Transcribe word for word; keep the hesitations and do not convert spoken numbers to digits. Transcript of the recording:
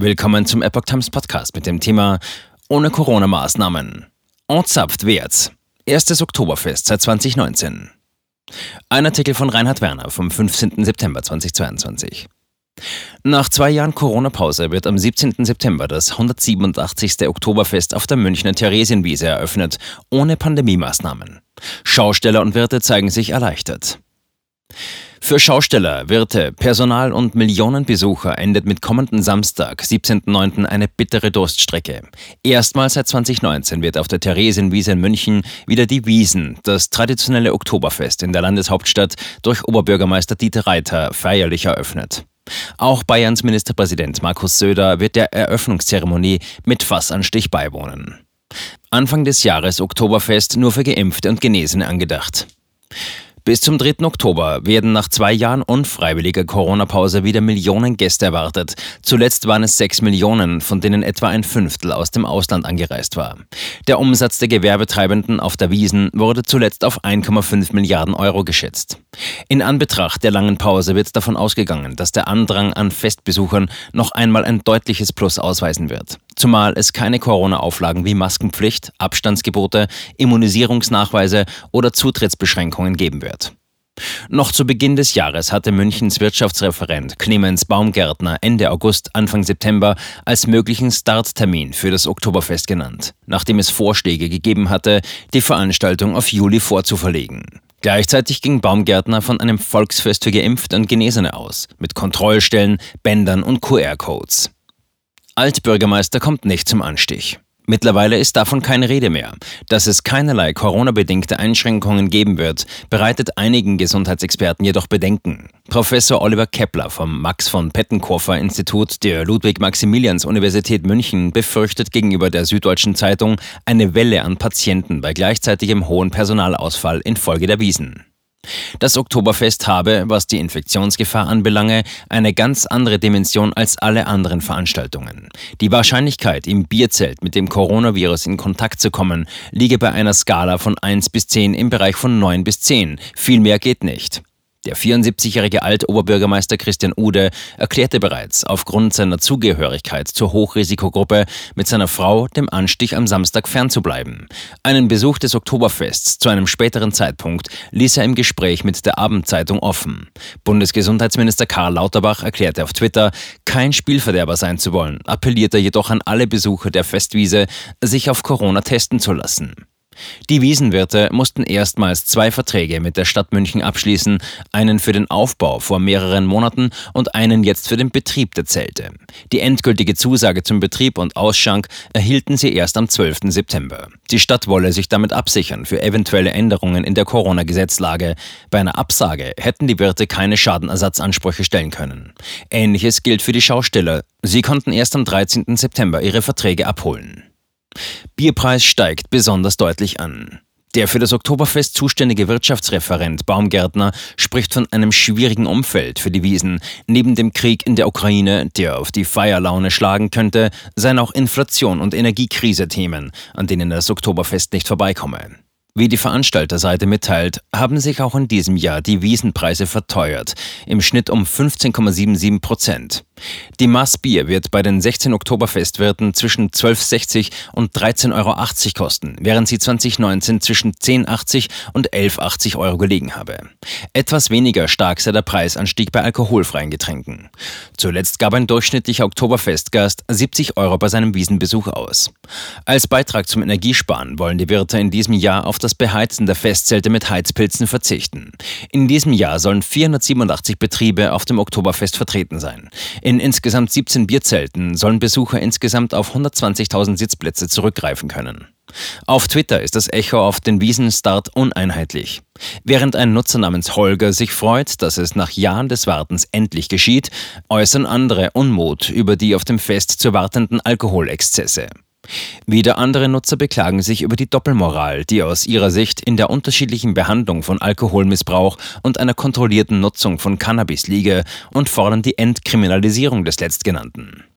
Willkommen zum Epoch Times Podcast mit dem Thema Ohne Corona-Maßnahmen. Anzapft wird's. Erstes Oktoberfest seit zwanzig neunzehn. Ein Artikel von Reinhard Werner vom fünfzehnten September zweitausendzweiundzwanzig. Nach zwei Jahren Corona-Pause wird am siebzehnten September das hundertsiebenundachtzigste Oktoberfest auf der Münchner Theresienwiese eröffnet, ohne Pandemiemaßnahmen. Schausteller und Wirte zeigen sich erleichtert. Für Schausteller, Wirte, Personal und Millionen Besucher endet mit kommenden Samstag, siebzehnten neunten eine bittere Durststrecke. Erstmals seit zwanzig neunzehn wird auf der Theresienwiese in München wieder die Wiesn, das traditionelle Oktoberfest in der Landeshauptstadt, durch Oberbürgermeister Dieter Reiter feierlich eröffnet. Auch Bayerns Ministerpräsident Markus Söder wird der Eröffnungszeremonie mit Fassanstich beiwohnen. Anfang des Jahres Oktoberfest nur für Geimpfte und Genesene angedacht. Bis zum dritten Oktober werden nach zwei Jahren unfreiwilliger Corona-Pause wieder Millionen Gäste erwartet. Zuletzt waren es sechs Millionen, von denen etwa ein Fünftel aus dem Ausland angereist war. Der Umsatz der Gewerbetreibenden auf der Wiesn wurde zuletzt auf ein Komma fünf Milliarden Euro geschätzt. In Anbetracht der langen Pause wird davon ausgegangen, dass der Andrang an Festbesuchern noch einmal ein deutliches Plus ausweisen wird. Zumal es keine Corona-Auflagen wie Maskenpflicht, Abstandsgebote, Immunisierungsnachweise oder Zutrittsbeschränkungen geben wird. Noch zu Beginn des Jahres hatte Münchens Wirtschaftsreferent Clemens Baumgärtner Ende August, Anfang September als möglichen Starttermin für das Oktoberfest genannt, nachdem es Vorschläge gegeben hatte, die Veranstaltung auf Juli vorzuverlegen. Gleichzeitig ging Baumgärtner von einem Volksfest für Geimpfte und Genesene aus, mit Kontrollstellen, Bändern und Q R-Codes. Altbürgermeister kommt nicht zum Anstich. Mittlerweile ist davon keine Rede mehr. Dass es keinerlei Corona-bedingte Einschränkungen geben wird, bereitet einigen Gesundheitsexperten jedoch Bedenken. Professor Oliver Kepler vom Max von Pettenkofer Institut der Ludwig-Maximilians-Universität München befürchtet gegenüber der Süddeutschen Zeitung eine Welle an Patienten bei gleichzeitigem hohen Personalausfall infolge der Wiesn. Das Oktoberfest habe, was die Infektionsgefahr anbelange, eine ganz andere Dimension als alle anderen Veranstaltungen. Die Wahrscheinlichkeit, im Bierzelt mit dem Coronavirus in Kontakt zu kommen, liege bei einer Skala von eins bis zehn im Bereich von neun bis zehn. Viel mehr geht nicht. Der vierundsiebzigjährige Alt-Oberbürgermeister Christian Ude erklärte bereits, aufgrund seiner Zugehörigkeit zur Hochrisikogruppe mit seiner Frau dem Anstich am Samstag fernzubleiben. Einen Besuch des Oktoberfests zu einem späteren Zeitpunkt ließ er im Gespräch mit der Abendzeitung offen. Bundesgesundheitsminister Karl Lauterbach erklärte auf Twitter, kein Spielverderber sein zu wollen, appellierte jedoch an alle Besucher der Festwiese, sich auf Corona testen zu lassen. Die Wiesenwirte mussten erstmals zwei Verträge mit der Stadt München abschließen, einen für den Aufbau vor mehreren Monaten und einen jetzt für den Betrieb der Zelte. Die endgültige Zusage zum Betrieb und Ausschank erhielten sie erst am zwölften September. Die Stadt wolle sich damit absichern für eventuelle Änderungen in der Corona-Gesetzlage. Bei einer Absage hätten die Wirte keine Schadenersatzansprüche stellen können. Ähnliches gilt für die Schausteller. Sie konnten erst am dreizehnten September ihre Verträge abholen. Bierpreis steigt besonders deutlich an. Der für das Oktoberfest zuständige Wirtschaftsreferent Baumgärtner spricht von einem schwierigen Umfeld für die Wiesn. Neben dem Krieg in der Ukraine, der auf die Feierlaune schlagen könnte, seien auch Inflation und Energiekrise Themen, an denen das Oktoberfest nicht vorbeikomme. Wie die Veranstalterseite mitteilt, haben sich auch in diesem Jahr die Wiesenpreise verteuert, im Schnitt um fünfzehn Komma siebenundsiebzig Prozent. Die Maß Bier wird bei den sechzehn Oktoberfestwirten zwischen zwölf Euro sechzig und dreizehn Euro achtzig kosten, während sie zwanzig neunzehn zwischen zehn Euro achtzig und elf Euro achtzig Euro gelegen habe. Etwas weniger stark sei der Preisanstieg bei alkoholfreien Getränken. Zuletzt gab ein durchschnittlicher Oktoberfestgast siebzig Euro bei seinem Wiesenbesuch aus. Als Beitrag zum Energiesparen wollen die Wirte in diesem Jahr auf das Beheizen der Festzelte mit Heizpilzen verzichten. In diesem Jahr sollen vierhundertsiebenundachtzig Betriebe auf dem Oktoberfest vertreten sein. In insgesamt siebzehn Bierzelten sollen Besucher insgesamt auf hundertzwanzigtausend Sitzplätze zurückgreifen können. Auf Twitter ist das Echo auf den Wiesenstart uneinheitlich. Während ein Nutzer namens Holger sich freut, dass es nach Jahren des Wartens endlich geschieht, äußern andere Unmut über die auf dem Fest zu wartenden Alkoholexzesse. Wieder andere Nutzer beklagen sich über die Doppelmoral, die aus ihrer Sicht in der unterschiedlichen Behandlung von Alkoholmissbrauch und einer kontrollierten Nutzung von Cannabis liege, und fordern die Entkriminalisierung des Letztgenannten.